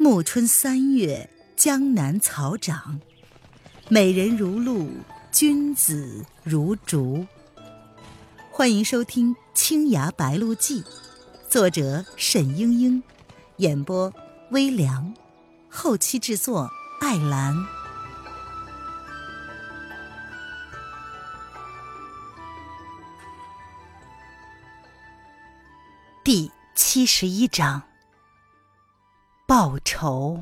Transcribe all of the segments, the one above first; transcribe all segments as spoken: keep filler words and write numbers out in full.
暮春三月，江南草长，美人如露，君子如竹。欢迎收听《青崖白鹿记》，作者沈英英，演播微凉，后期制作艾兰。第七十一章，报仇。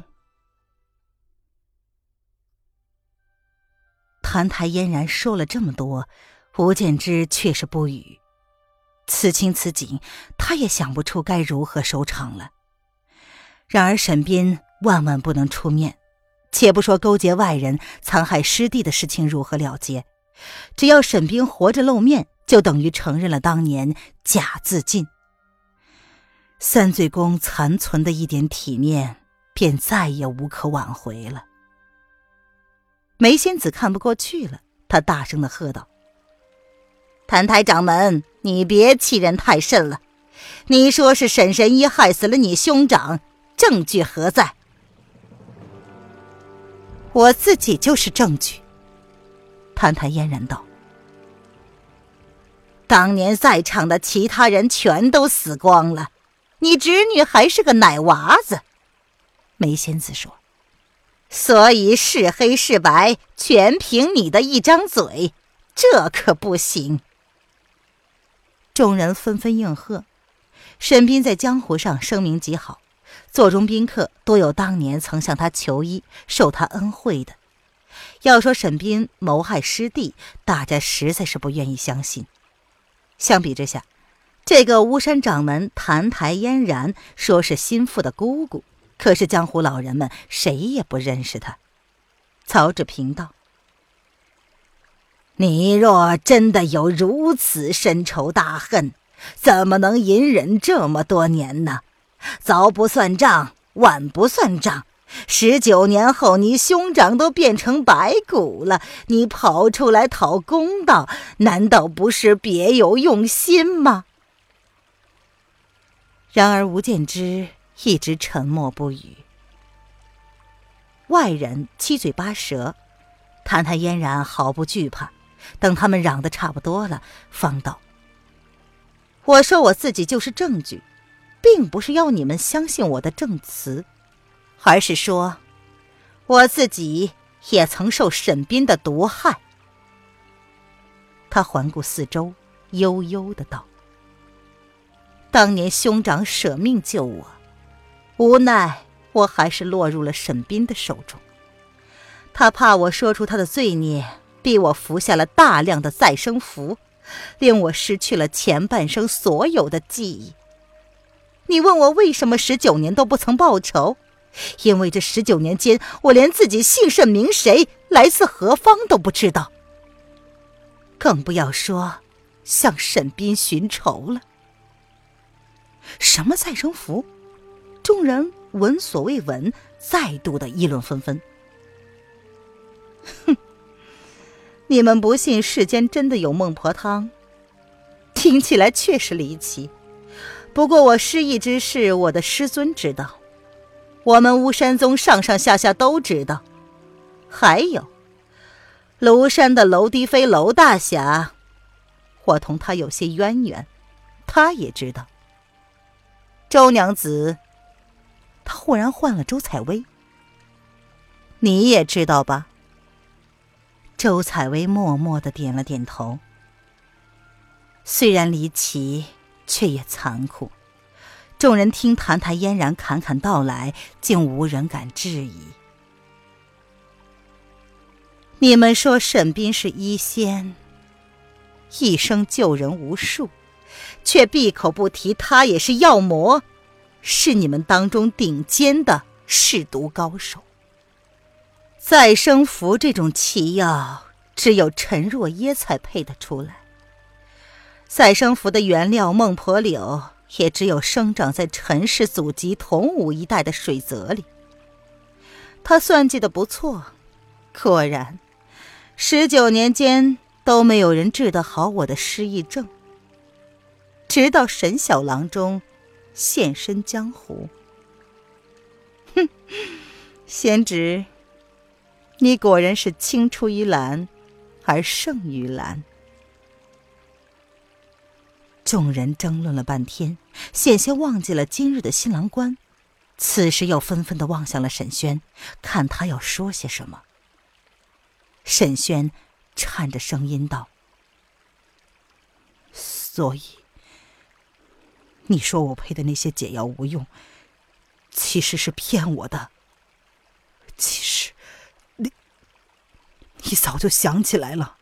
澹台嫣然说了这么多，吴建之却是不语。此情此景，他也想不出该如何收场了。然而沈斌万万不能出面，且不说勾结外人残害师弟的事情如何了结，只要沈斌活着露面，就等于承认了当年假自尽。三醉宫残存的一点体面便再也无可挽回了。梅仙子看不过去了，她大声地喝道：澹台掌门，你别欺人太甚了，你说是沈神医害死了你兄长，证据何在？我自己就是证据。澹台嫣然道：当年在场的其他人全都死光了，你侄女还是个奶娃子。梅仙子说：所以是黑是白，全凭你的一张嘴，这可不行。众人纷纷应和。沈斌在江湖上声名极好，座中宾客多有当年曾向他求医受他恩惠的。要说沈斌谋害师弟，大家实在是不愿意相信。相比之下，这个巫山掌门澹台嫣然说是心腹的姑姑，可是江湖老人们谁也不认识他。曹志平道：你若真的有如此深仇大恨，怎么能隐忍这么多年呢？早不算账，晚不算账，十九年后你兄长都变成白骨了，你跑出来讨公道，难道不是别有用心吗？然而吴建之一直沉默不语。外人七嘴八舌，澹台嫣然毫不惧怕，等他们嚷得差不多了，方道：我说我自己就是证据，并不是要你们相信我的证词，而是说我自己也曾受沈斌的毒害。他环顾四周，悠悠地道：当年兄长舍命救我，无奈我还是落入了沈斌的手中。他怕我说出他的罪孽，逼我服下了大量的再生符，令我失去了前半生所有的记忆。你问我为什么十九年都不曾报仇？因为这十九年间，我连自己姓甚名谁、来自何方都不知道，更不要说向沈斌寻仇了。什么再生符？众人闻所未闻，再度的议论纷纷。哼，你们不信世间真的有孟婆汤，听起来确实离奇。不过我失忆之事，我的师尊知道，我们巫山宗上上下下都知道。还有庐山的娄低妃娄大侠，我同他有些渊源，他也知道。周娘子，他忽然换了周采薇，你也知道吧？周采薇默默地点了点头。虽然离奇，却也残酷。众人听澹台嫣然侃侃道来，竟无人敢质疑。你们说沈斌是医仙，一生救人无数，却闭口不提他也是药魔，是你们当中顶尖的试毒高手。再生符这种奇药，只有陈若耶才配得出来。再生符的原料孟婆柳，也只有生长在陈氏祖籍同武一带的水泽里。他算计得不错，果然十九年间都没有人治得好我的失忆症。直到沈小郎中现身江湖。 哼，贤侄，你果然是青出于蓝而胜于蓝。众人争论了半天，险些忘记了今日的新郎官，此时又纷纷地望向了沈轩，看他要说些什么。沈轩颤着声音道：所以你说我配的那些解药无用，其实是骗我的。其实你你早就想起来了。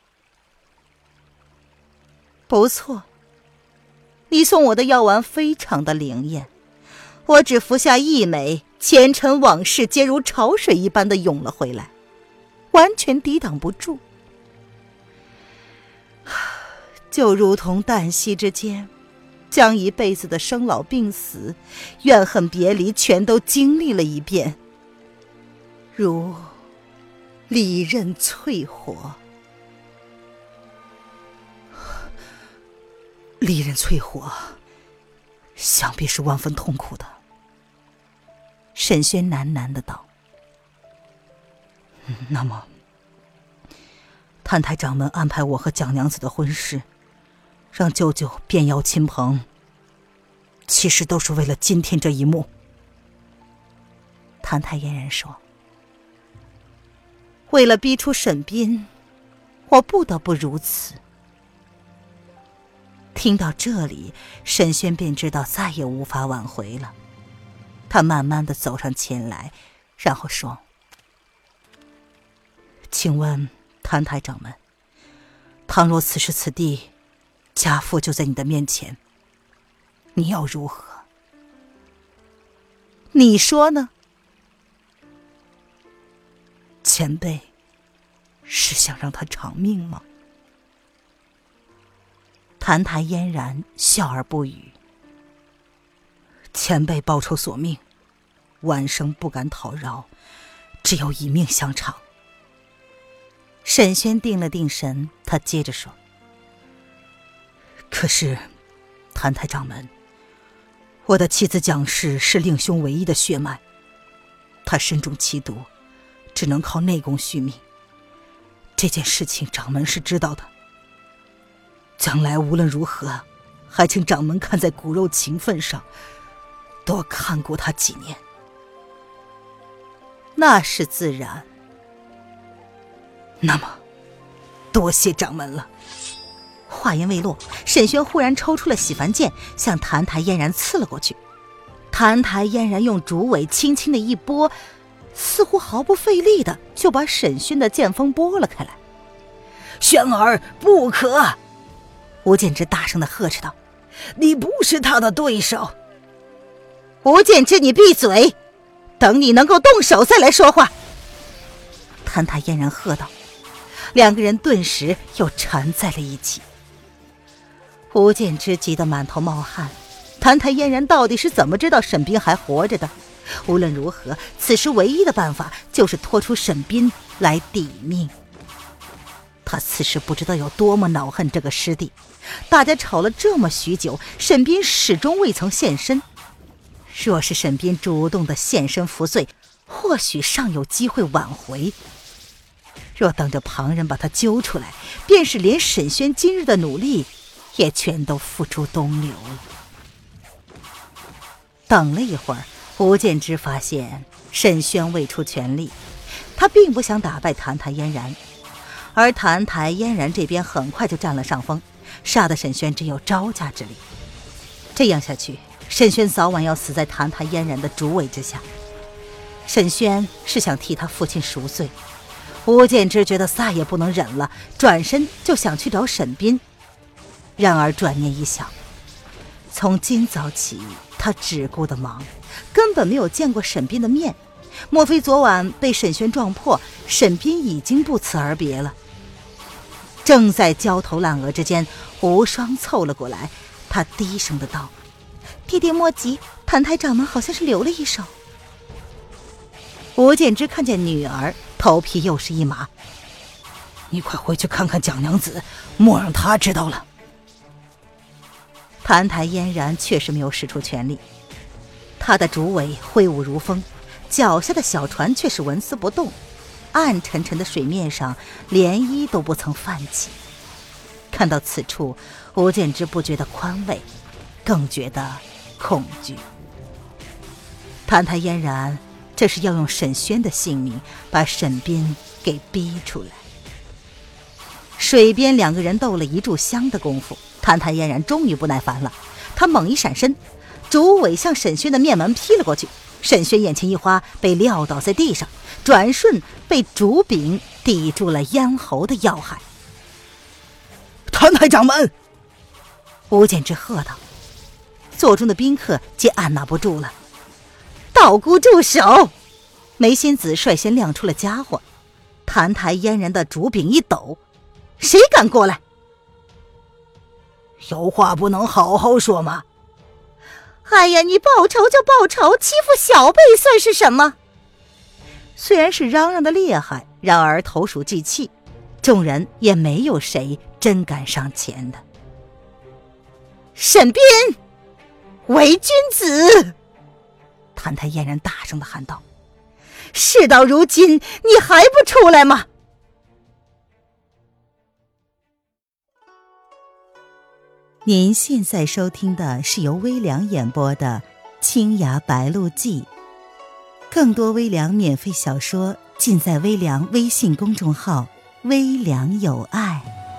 不错，你送我的药丸非常的灵验，我只服下一枚，前尘往事皆如潮水一般的涌了回来，完全抵挡不住。就如同旦夕之间，将一辈子的生老病死、怨恨别离全都经历了一遍，如利刃淬火。利刃淬火，想必是万分痛苦的。沈轩喃喃的道：那么谭台掌门安排我和蒋娘子的婚事，让舅舅变邀亲朋，其实都是为了今天这一幕。谭台嫣然说：为了逼出沈斌，我不得不如此。听到这里，沈轩便知道再也无法挽回了。他慢慢地走上前来，然后说：请问谭台掌门，倘若此时此地家父就在你的面前，你要如何？你说呢？前辈是想让他偿命吗？谭台嫣然笑而不语。前辈报仇索命，晚生不敢讨饶，只有以命相偿。沈轩定了定神，他接着说：可是谭台掌门，我的妻子蒋氏是令兄唯一的血脉，她身中奇毒，只能靠内功续命。这件事情掌门是知道的，将来无论如何，还请掌门看在骨肉情分上，多看顾他几年。那是自然。那么多谢掌门了。话音未落，沈轩忽然抽出了洗凡剑，向谭台嫣然刺了过去。谭台嫣然用竹尾轻轻的一拨，似乎毫不费力的就把沈轩的剑锋拨了开来。 轩儿，不可！ 吴建之大声的呵斥道： 你不是他的对手。 吴建之，你闭嘴，等你能够动手再来说话。谭台嫣然喝道。两个人顿时又缠在了一起。吴建之急得满头冒汗，谭台嫣然到底是怎么知道沈斌还活着的？无论如何，此时唯一的办法就是拖出沈斌来抵命。他此时不知道有多么恼恨这个师弟，大家吵了这么许久，沈斌始终未曾现身。若是沈斌主动的现身扶罪，或许尚有机会挽回。若等着旁人把他揪出来，便是连沈轩今日的努力也全都付诸东流了。等了一会儿，吴建之发现沈轩未出全力，他并不想打败谭台嫣然，而谭台嫣然这边很快就占了上风，杀得沈轩只有招架之力。这样下去，沈轩早晚要死在谭台嫣然的竹尾之下。沈轩是想替他父亲赎罪，吴建之觉得再也不能忍了，转身就想去找沈斌。然而转念一想，从今早起他只顾得忙，根本没有见过沈斌的面。莫非昨晚被沈轩撞破，沈斌已经不辞而别了？正在焦头烂额之间，无双凑了过来，他低声的道：弟弟莫急，谭台掌门好像是留了一手。吴建之看见女儿，头皮又是一麻。 你快回去看看蒋娘子，莫让她知道了。 谭台嫣然确实没有使出全力，她的竹尾挥舞如风， 脚下的小船却是纹丝不动，暗沉沉的水面上涟漪都不曾泛起。看到此处，吴建之不觉得宽慰，更觉得恐惧。谭台嫣然这是要用沈轩的性命把沈斌给逼出来。水边两个人斗了一炷香的功夫，谭台嫣然终于不耐烦了，他猛一闪身，竹尾向沈轩的面门劈了过去。沈轩眼前一花，被撂倒在地上，转瞬被竹柄抵住了咽喉的要害。 谭台掌门！ 吴建之喝道。座中的宾客皆按捺不住了。道姑住手！梅心子率先亮出了家伙。谭台嫣然的竹柄一抖，谁敢过来？ 有话不能好好说吗？ 哎呀，你报仇就报仇，欺负小辈算是什么？虽然是嚷嚷的厉害，然而投鼠忌器，众人也没有谁真敢上前的。沈斌，伪君子！谭台嫣然大声地喊道：事到如今，你还不出来吗？您现在收听的是由微凉演播的《青崖白鹿记》，更多微凉免费小说尽在微凉微信公众号“微凉有爱”。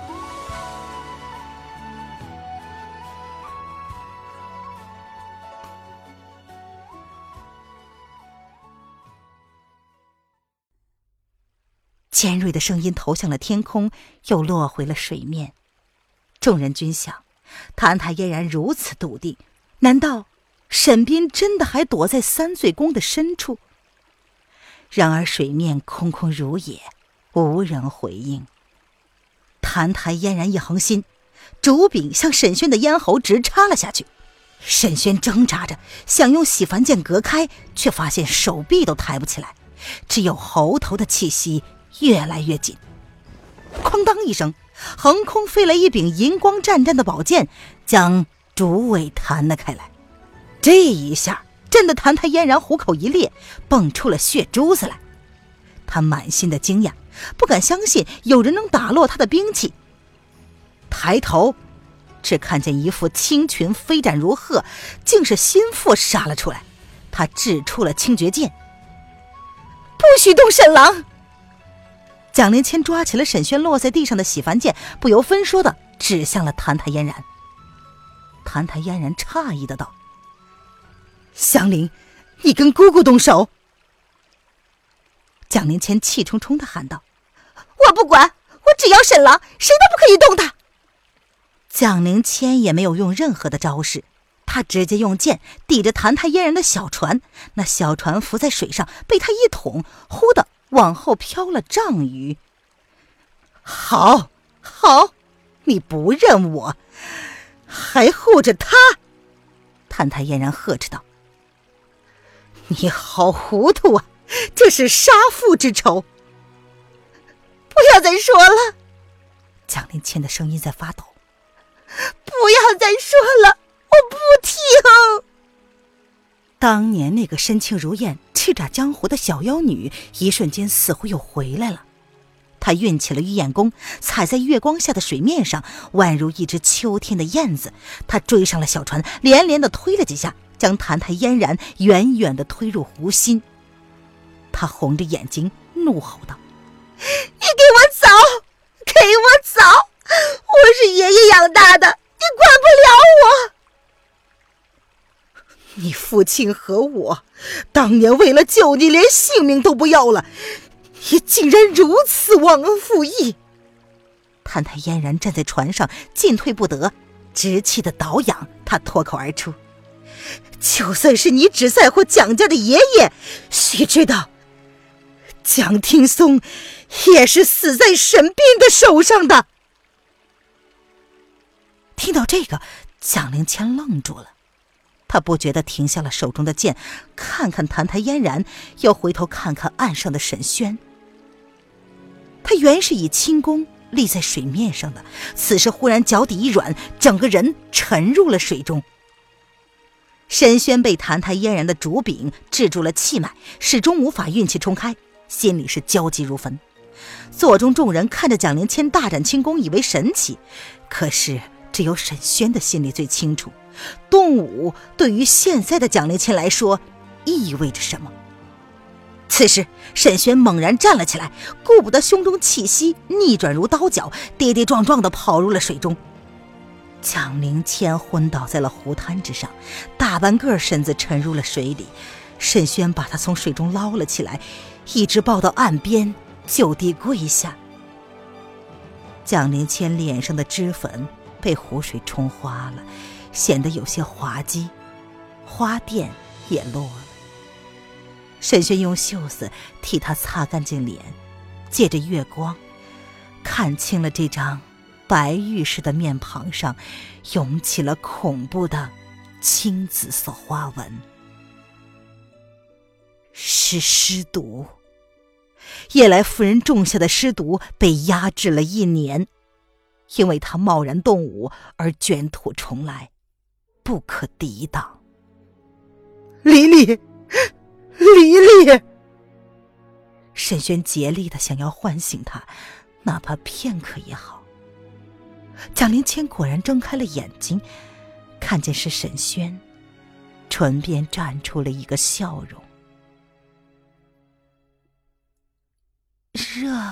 尖锐的声音投向了天空，又落回了水面。众人均想，谭台嫣然如此笃定，难道沈斌真的还躲在三醉宫的深处？然而水面空空如也，无人回应。谭台嫣然一横心，竹柄向沈轩的咽喉直插了下去。沈轩挣扎着想用洗凡剑隔开，却发现手臂都抬不起来，只有喉头的气息越来越紧。哐当一声，横空飞来一柄银光湛湛的宝剑，将竹尾弹了开来。这一下震得谭台嫣然虎口一裂，蹦出了血珠子来。他满心的惊讶，不敢相信有人能打落他的兵器。抬头只看见一副青裙飞展如鹤，竟是心腹杀了出来。他掷出了清绝剑。不许动沈郎！蒋灵谦抓起了沈轩落在地上的洗凡剑，不由分说的指向了谭台嫣然。谭台嫣然诧异的道：香菱，你跟姑姑动手！蒋灵谦气冲冲的喊道：我不管，我只要沈郎，谁都不可以动他！蒋灵谦也没有用任何的招式，他直接用剑抵着谭台嫣然的小船，那小船浮在水上，被他一捅，忽的往后飘了丈余。好，好，你不认我，还护着他！谭台嫣然呵斥道：你好糊涂啊，这是杀父之仇！不要再说了！蒋灵谦的声音在发抖。不要再说了，我不听！当年那个身轻如燕、叱咤江湖的小妖女，一瞬间似乎又回来了。她运起了玉燕功，踩在月光下的水面上，宛如一只秋天的燕子。她追上了小船，连连的推了几下，将谭台嫣然远远的推入湖心。她红着眼睛怒吼道：你给我走，给我走！我是爷爷养大的，你管不了我！你父亲和我当年为了救你，连性命都不要了，你竟然如此忘恩负义！谭台嫣然站在船上，进退不得，直气的倒仰。他脱口而出：就算是你只在乎蒋家的爷爷，须知道蒋听松也是死在沈斌的手上的。听到这个，蒋灵谦愣住了，他不觉地停下了手中的剑，看看谭台嫣然，又回头看看岸上的沈轩。他原是以轻功立在水面上的，此时忽然脚底一软，整个人沉入了水中。 沈轩被谭台嫣然的竹柄制住了气脉，始终无法运气冲开，心里是焦急如焚。座中众人看着蒋灵谦大展轻功，以为神奇，可是只有沈轩的心里最清楚，动武对于现在的蒋灵谦来说意味着什么。此时沈轩猛然站了起来，顾不得胸中气息，逆转如刀绞，跌跌撞撞地跑入了水中。蒋灵谦昏倒在了湖滩之上，大半个身子沉入了水里。沈轩把他从水中捞了起来，一直抱到岸边，就地跪下。蒋灵谦脸上的脂粉被湖水冲花了，显得有些滑稽，花钿也落了。沈轩用袖子替他擦干净脸，借着月光看清了这张白玉似的面庞上涌起了恐怖的青紫色花纹。是尸毒，叶来夫人种下的尸毒被压制了一年，因为他贸然动武而卷土重来，不可抵挡。李李李李！沈轩竭力的想要唤醒他，哪怕片刻也好。蒋灵谦果然睁开了眼睛，看见是沈轩，唇边绽出了一个笑容。热。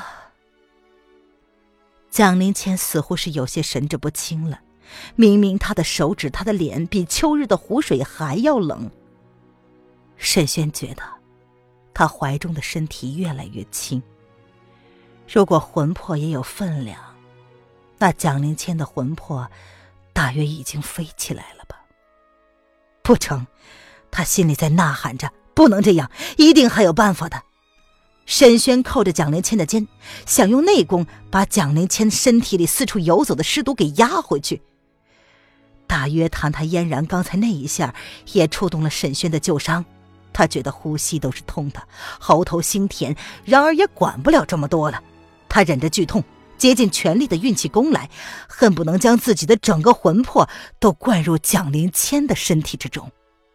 蒋灵谦似乎是有些神志不清了，明明他的手指，他的脸比秋日的湖水还要冷。沈轩觉得他怀中的身体越来越轻，如果魂魄也有分量，那蒋灵谦的魂魄大约已经飞起来了吧。不成，他心里在呐喊着，不能这样，一定还有办法的。沈轩扣着蒋灵谦的肩，想用内功把蒋灵谦身体里四处游走的尸毒给压回去。大约谭台嫣然刚才那一下也触动了沈轩的旧伤，他觉得呼吸都是痛的，喉头腥甜，然而也管不了这么多了。他忍着剧痛，竭尽全力的运起功来，恨不能将自己的整个魂魄都灌入蒋灵谦的身体之中。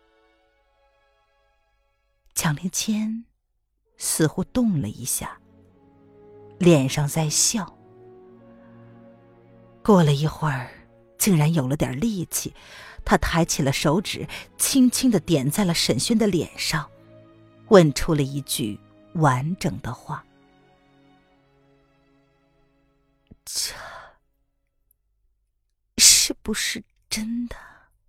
蒋灵谦似乎动了一下，脸上在笑。过了一会儿，竟然有了点力气，他抬起了手指，轻轻地点在了沈轩的脸上，问出了一句完整的话：这是不是真的？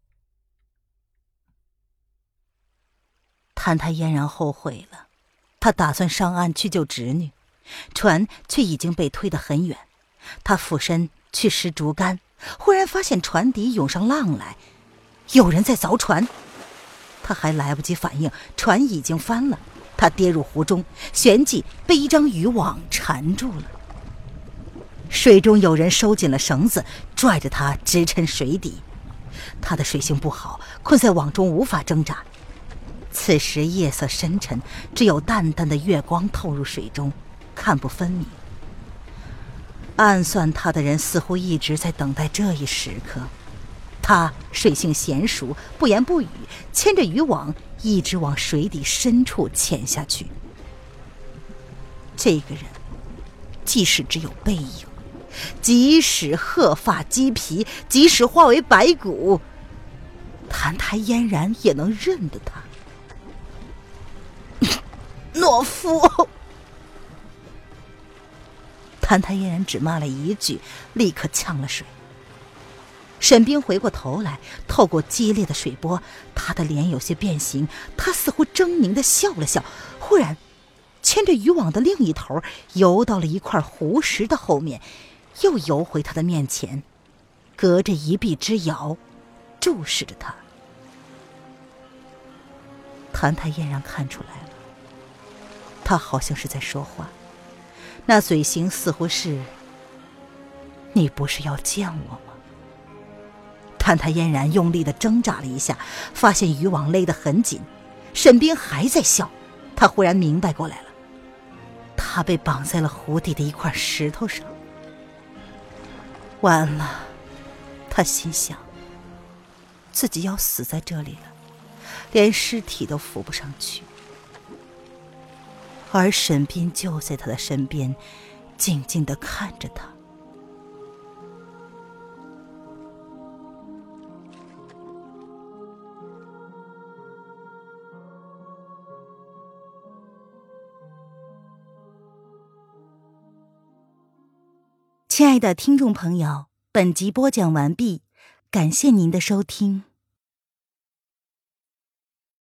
谭台嫣然后悔了，他打算上岸去救侄女，船却已经被推得很远。他俯身去拾竹竿，忽然发现船底涌上浪来，有人在凿船。他还来不及反应，船已经翻了，他跌入湖中，旋即被一张渔网缠住了。水中有人收紧了绳子，拽着他直沉水底。他的水性不好，困在网中无法挣扎。此时夜色深沉，只有淡淡的月光透入水中，看不分明。暗算他的人似乎一直在等待这一时刻。他水性娴熟，不言不语，牵着渔网一直往水底深处潜下去。这个人即使只有背影，即使鹤发鸡皮，即使化为白骨，谭台嫣然也能认得他。懦夫！谭台嫣然只骂了一句，立刻呛了水。沈冰回过头来，透过激烈的水波，他的脸有些变形，他似乎狰狞地笑了笑，忽然牵着渔网的另一头游到了一块湖石的后面，又游回他的面前，隔着一臂之遥注视着他。谭台嫣然看出来了，他好像是在说话，那嘴型似乎是：你不是要见我吗？谭台嫣然用力地挣扎了一下，发现渔网勒得很紧。沈冰还在笑，他忽然明白过来了，他被绑在了湖底的一块石头上。完了，他心想，自己要死在这里了。 连尸体都扶不上去。而沈斌就在他的身边，静静地看着他。亲爱的听众朋友，本集播讲完毕，感谢您的收听。